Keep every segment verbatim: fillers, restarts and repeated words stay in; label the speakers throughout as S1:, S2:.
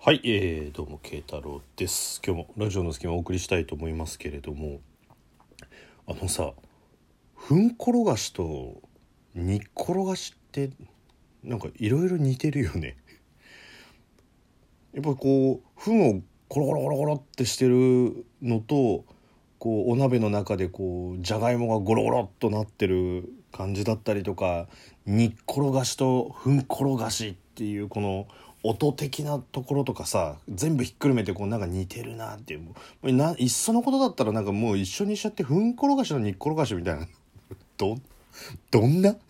S1: はい、えー、どうも慶太郎です。今日もラジオの隙間をお送りしたいと思いますけれども、あのさ、ふんころがしと煮っころがしってなんかいろいろ似てるよね。やっぱこうふんをコロコロコロコロってしてるのと、こうお鍋の中でこうじゃがいもがゴロゴロっとなってる感じだったりとか、煮っころがしとふんころがしっていうこの音的なところとかさ、全部ひっくるめてこうなんか似てるなっていう、もうないっそのことだったらなんかもう一緒にしちゃってふんころがしの煮っころがしみたいなどどんな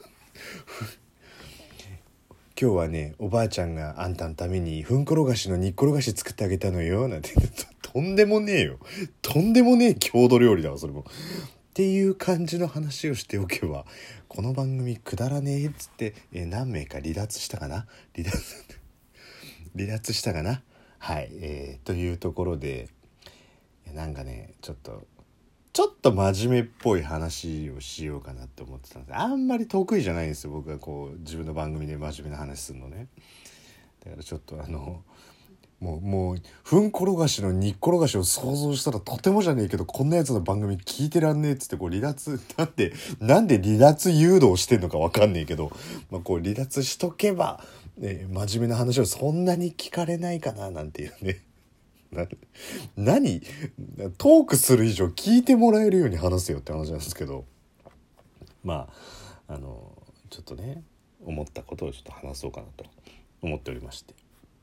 S1: 今日はね、おばあちゃんがあんたのためにふんころがしの煮っころがし作ってあげたのよなんてとんでもねえよ、とんでもねえ郷土料理だわそれもっていう感じの話をしておけば、この番組くだらねえっつって、えー何名か離脱したかな離脱離脱したかなはい、えー、というところで、なんかねちょっとちょっと真面目っぽい話をしようかなって思ってたんです。あんまり得意じゃないんですよ、僕がこう自分の番組で真面目な話するのね。だからちょっとあのもうもうふんころがしの煮っころがしを想像したらとてもじゃねえけど、こんなやつの番組聞いてらんねえっつってこう離脱なんでなんで離脱誘導してんのかわかんねえけど、まあ、こう離脱しとけば、ね、真面目な話をそんなに聞かれないかななんていうね。な何トークする以上聞いてもらえるように話せよって話なんですけど、まああのちょっとね思ったことをちょっと話そうかなと思っておりまして、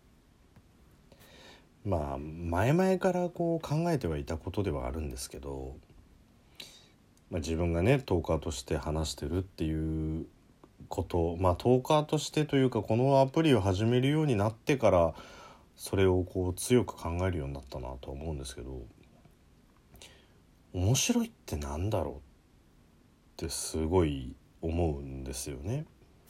S1: まあ前々からこう考えてはいたことではあるんですけど、まあ、自分がねトーカーとして話してるっていうこと、まあトーカーとしてというかこのアプリを始めるようになってからそれをこう強く考えるようになったなと思うんですけど、面白いってなんだろうってすごい思うんですよね。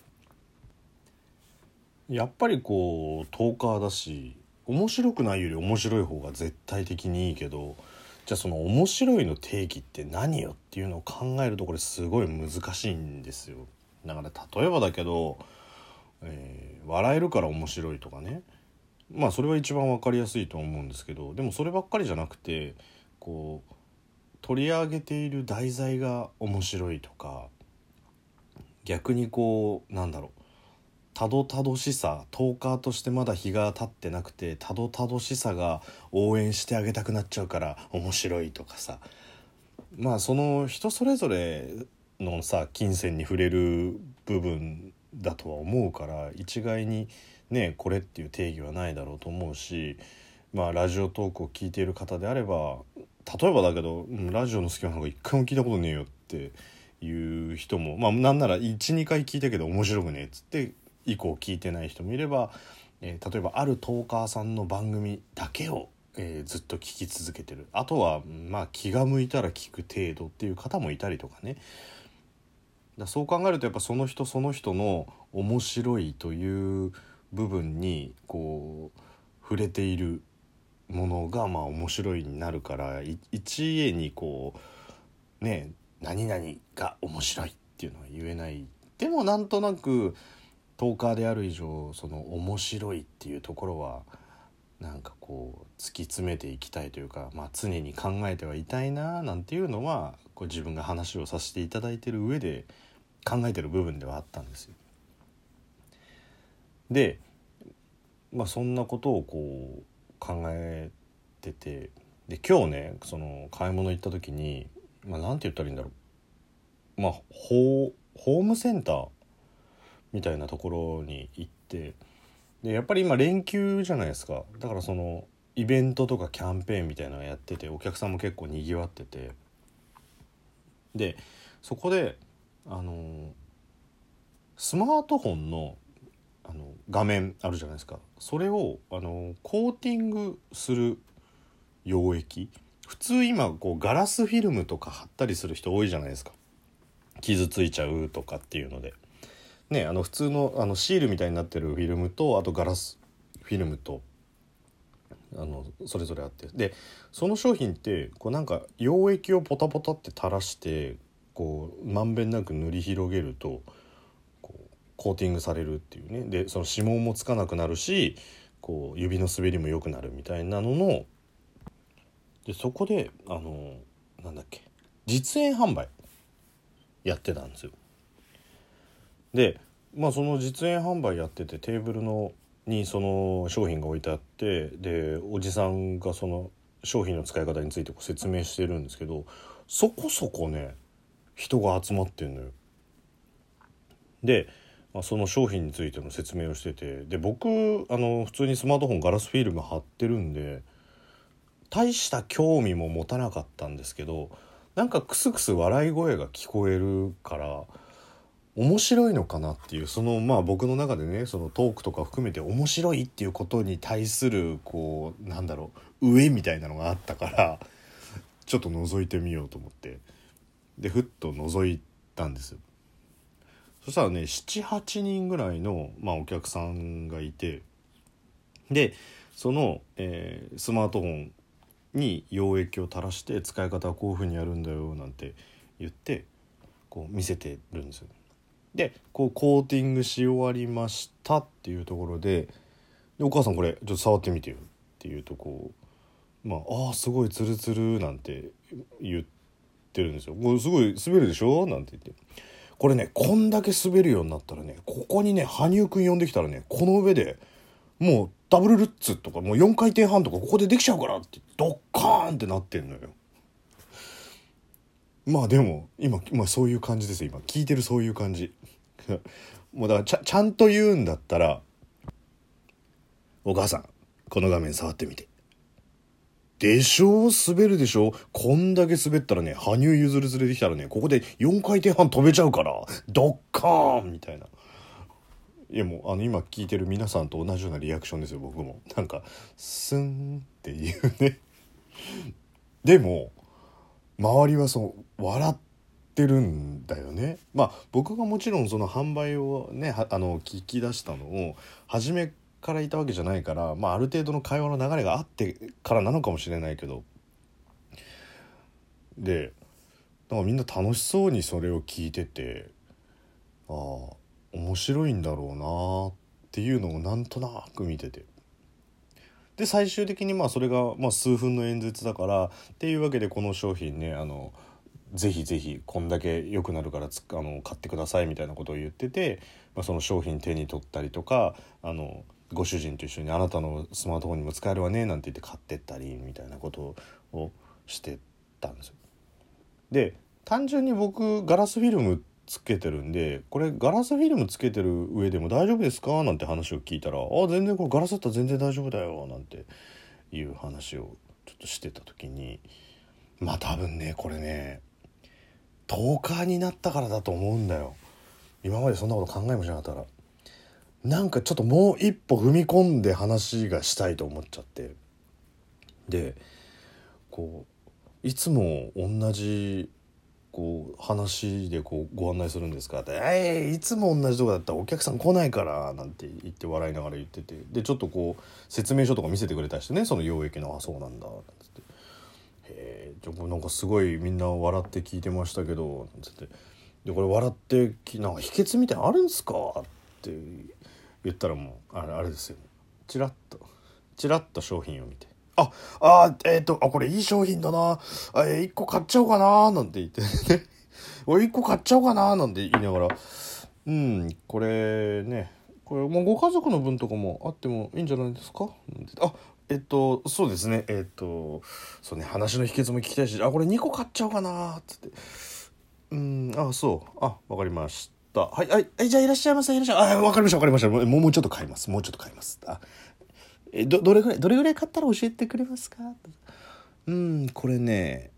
S1: やっぱりこうトーカーだし、面白くないより面白い方が絶対的にいいけど、じゃあその面白いの定義って何よっていうのを考えるとこれすごい難しいんですよ。だから例えばだけど、えー笑えるから面白いとかね、まあそれは一番わかりやすいと思うんですけど、でもそればっかりじゃなくて、こう取り上げている題材が面白いとか、逆にこうなんだろう、たどたどしさ、トーカーとしてまだ日が経ってなくてたどたどしさが応援してあげたくなっちゃうから面白いとかさ、まあその人それぞれのさ金銭に触れる部分だとは思うから、一概にねこれっていう定義はないだろうと思うし、まあラジオトークを聞いている方であれば、例えばだけど、うん、ラジオの隙間なんか一回も聞いたことねえよっていう人も、まあなんなら いち,に 回聞いたけど面白くねえっつって以降聞いてない人もいれば、えー、例えばあるトーカーさんの番組だけを、えー、ずっと聞き続けてる、あとはまあ気が向いたら聞く程度っていう方もいたりとかね。だそう考えるとやっぱその人その人の面白いという部分にこう触れているものがまあ面白いになるから、い一概にこうね何々が面白いっていうのは言えない。でもなんとなくトーカーである以上その面白いっていうところはなんかこう突き詰めていきたいというか、まあ、常に考えてはいたいななんていうのはこう自分が話をさせていただいてる上で考えてる部分ではあったんですよ。で、まあ、そんなことをこう考えてて、で今日ねその買い物行った時に、まあ、なんて言ったらいいんだろう、まあホホームセンターみたいなところに行って、でやっぱり今連休じゃないですか。だからそのイベントとかキャンペーンみたいなのやってて、お客さんも結構にぎわってて、でそこであのスマートフォンのあの画面あるじゃないですか。それをあのコーティングする溶液、普通今こうガラスフィルムとか貼ったりする人多いじゃないですか。傷ついちゃうとかっていうのでね、あの普通のあのシールみたいになってるフィルムと、あとガラスフィルムとあのそれぞれあって、でその商品ってこうなんか溶液をポタポタって垂らしてこうまんべんなく塗り広げるとこうコーティングされるっていうね。でその指紋もつかなくなるし、 こう指の滑りも良くなるみたいなのので、そこであのなんだっけ実演販売やってたんですよ。でまあその実演販売やってて、テーブルのにその商品が置いてあって、でおじさんがその商品の使い方についてこう説明してるんですけど、そこそこね人が集まってんのよ。で、まあ、その商品についての説明をしてて、で僕あの普通にスマートフォンガラスフィルム貼ってるんで大した興味も持たなかったんですけど、なんかクスクス笑い声が聞こえるから面白いのかなっていう、そのまあ僕の中でね、そのトークとか含めて面白いっていうことに対するこうなんだろう上みたいなのがあったから、ちょっと覗いてみようと思って、でふっと覗いたんですよ。そしたらね ななはちにんぐらいの、まあ、お客さんがいて、でその、えースマートフォンに溶液を垂らして使い方はこういう風にやるんだよなんて言ってこう見せてるんですよ。でこうコーティングし終わりましたっていうところで、でお母さんこれちょっと触ってみてよっていうとこう、まああーすごいツルツルなんて言ってるんですよ。これすごい滑るでしょなんて言って、これねこんだけ滑るようになったらね、ここにね羽生くん呼んできたらね、この上でもうダブルルッツとかもうよんかいてん半とかここでできちゃうからってドッカーンってなってんのよ。まあでも今、まあ、そういう感じですよ。今聞いてるそういう感じもうだからちゃ、ちゃんと言うんだったら、お母さんこの画面触ってみてでしょう、滑るでしょ、こんだけ滑ったらね羽生結弦連れてきたらねここでよんかいてん半飛べちゃうからドッカーンみたいな。いやもうあの今聞いてる皆さんと同じようなリアクションですよ。僕もなんかスンっていうねでも周りはそう笑ってるんだよね。まあ僕がもちろんその販売をねあの聞き出したのを初めからいたわけじゃないから、まあ、ある程度の会話の流れがあってからなのかもしれないけど、でなんかみんな楽しそうにそれを聞いてて、ああ面白いんだろうなっていうのをなんとなく見てて、で最終的にまあそれがまあ数分の演説だからっていうわけで、この商品ねあのぜひぜひこんだけ良くなるからつあの買ってくださいみたいなことを言ってて、まあ、その商品手に取ったりとか、あのご主人と一緒にあなたのスマートフォンにも使えるわねなんて言って買ってったりみたいなことをしてたんですよ。で単純に僕ガラスフィルムつけてるんで、これガラスフィルムつけてる上でも大丈夫ですかなんて話を聞いたら、あ全然これガラスだったら全然大丈夫だよなんていう話をちょっとしてた時に、まあ多分ねこれねトーカーになったからだと思うんだよ。今までそんなこと考えもしなかったから、なんかちょっともう一歩踏み込んで話がしたいと思っちゃって、でこういつも同じこう話でこうご案内するんですかって、えー、いつも同じとこだったらお客さん来ないからなんて言って笑いながら言ってて、でちょっとこう説明書とか見せてくれたりしてね、その溶液のあそうなんだなんつって、へえなんかすごいみんな笑って聞いてましたけどなんつって、でこれ笑ってなんか秘訣みたいなのあるんですかって言ったら、もうあれあれですよ、チラッとチラッと商品を見て、ああえっ、ー、とあこれいい商品だな、あえー、いっこ買っちゃおうかななんて言ってねおいいっこ買っちゃおうかななんて言いながら、うんこれねこれもうご家族の分とかもあってもいいんじゃないですかなんて、あえっとそうですねえっとそうね話の秘訣も聞きたいし、あこれにこ買っちゃおうかなっつって、うんあそうあわかりましたはいはいはいじゃあいらっしゃいませいらっしゃいあわかりましたわかりましたもうもうちょっと買いますもうちょっと買いますあえどどれぐらいどれぐらい買ったら教えてくれますか。うんこれね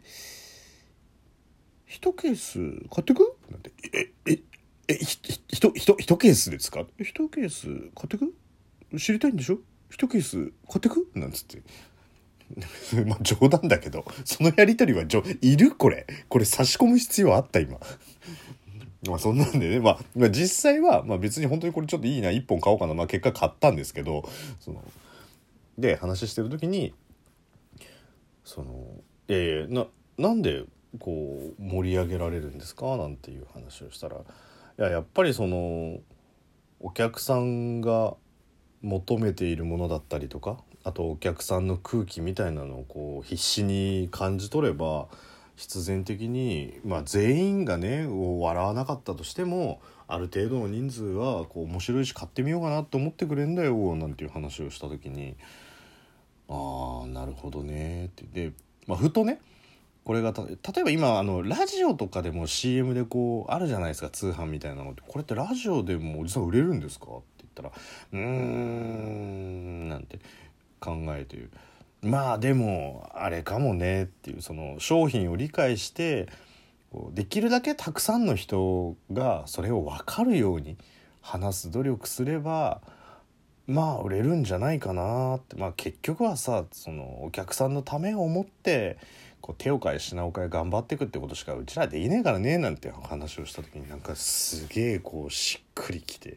S1: 一ケース買ってくなんて、えええひひとひと一ケースですか、一ケース買ってく知りたいんでしょ、一ケース買ってくなんつってまあ冗談だけどそのやり取りはじょいるこれこれ差し込む必要あった今まあそんなんでね、まあ、まあ実際はまあ別に本当にこれちょっといいないっぽん買おうかな、まあ結果買ったんですけど、そので話してる時にそのえー、ななんでこう盛り上げられるんですかなんていう話をしたら、いややっぱりそのお客さんが求めているものだったりとか、あとお客さんの空気みたいなのをこう必死に感じ取れば、必然的に、まあ、全員がね笑わなかったとしてもある程度の人数はこう面白いし買ってみようかなと思ってくれんだよなんていう話をした時に、ああなるほどねってで、まあ、ふとねこれがた例えば今あのラジオとかでも シーエム でこうあるじゃないですか、通販みたいなのって。これってラジオでもおじさん売れるんですかって言ったら、うーんなんて考えてる。まあでもあれかもねっていう、その商品を理解してこうできるだけたくさんの人がそれを分かるように話す努力すればまあ売れるんじゃないかなって。まあ結局はさ、そのお客さんのためを思ってこう手を変え品を変え頑張っていくってことしかうちらできねえからねなんて話をした時に、なんかすげえこうしっくりきて、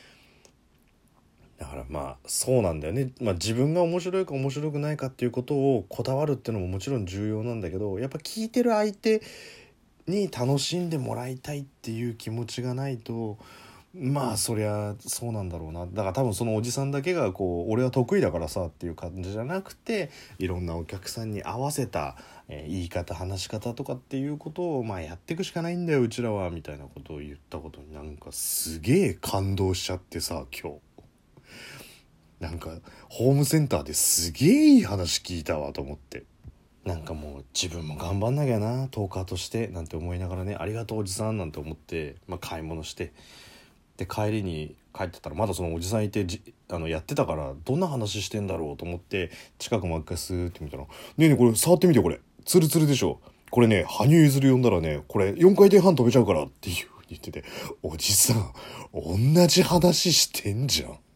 S1: だからまあそうなんだよね、まあ、自分が面白いか面白くないかっていうことをこだわるっていうのももちろん重要なんだけど、やっぱ聞いてる相手に楽しんでもらいたいっていう気持ちがないと、まあそりゃそうなんだろうな。だから多分そのおじさんだけがこう俺は得意だからさっていう感じじゃなくて、いろんなお客さんに合わせた、えー言い方話し方とかっていうことをまあやっていくしかないんだようちらはみたいなことを言ったことになんかすげえ感動しちゃってさ、今日なんかホームセンターですげえいい話聞いたわと思って、なんかもう自分も頑張んなきゃなトーカーとしてなんて思いながらね、ありがとうおじさんなんて思って、まあ、買い物して、で帰りに帰ってたらまだそのおじさんいてじあのやってたから、どんな話してんだろうと思って近くもう一回スーって見たら、ねえねえこれ触ってみて、これツルツルでしょ、これね羽生結弦呼んだらねこれよんかいてん半飛べちゃうからっていう風に言ってて、おじさん同じ話してんじゃん。